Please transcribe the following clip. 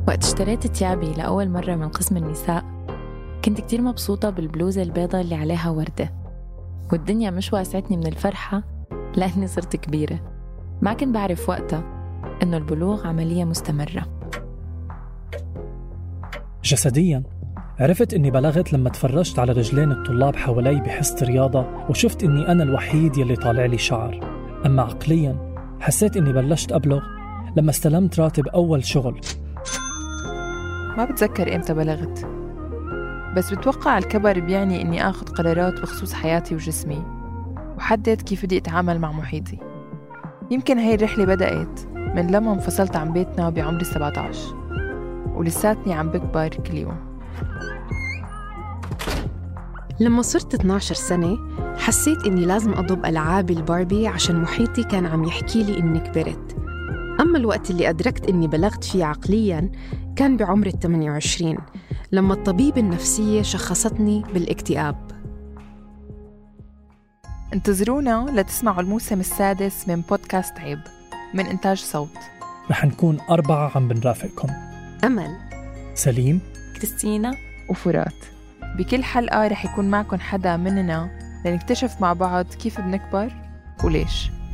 وقت اشتريت تيابي لأول مرة من قسم النساء كنت كتير مبسوطة بالبلوزة البيضة اللي عليها وردة، والدنيا مش واسعتني من الفرحة لأني صرت كبيرة. ما كنت بعرف وقتها إنه البلوغ عملية مستمرة. جسدياً عرفت إني بلغت لما تفرجت على رجلين الطلاب حوالي بحصة رياضة وشفت إني أنا الوحيد يلي طالع لي شعر. أما عقلياً حسيت إني بلشت أبلغ لما استلمت راتب أول شغل. ما بتذكر إمتى بلغت، بس بتوقع الكبر بيعني إني آخذ قرارات بخصوص حياتي وجسمي وحدد كيف بدي أتعامل مع محيطي. يمكن هاي الرحلة بدأت من لما انفصلت عن بيتنا بعمر 17 ولساتني عم بكبر كل يوم. لما صرت 12 سنة حسيت إني لازم أضب ألعاب الباربي عشان محيطي كان عم يحكي لي إني كبرت. أما الوقت اللي أدركت إني بلغت فيه عقلياً كان بعمر 28 لما الطبيب النفسية شخصتني بالاكتئاب. انتظرونا لتسمعوا الموسم السادس من بودكاست عيب من إنتاج صوت. رح نكون 4 عم بنرافقكم: أمل، سليم، كريستينا وفرات. بكل حلقة رح يكون معكم حدا مننا لنكتشف مع بعض كيف بنكبر وليش.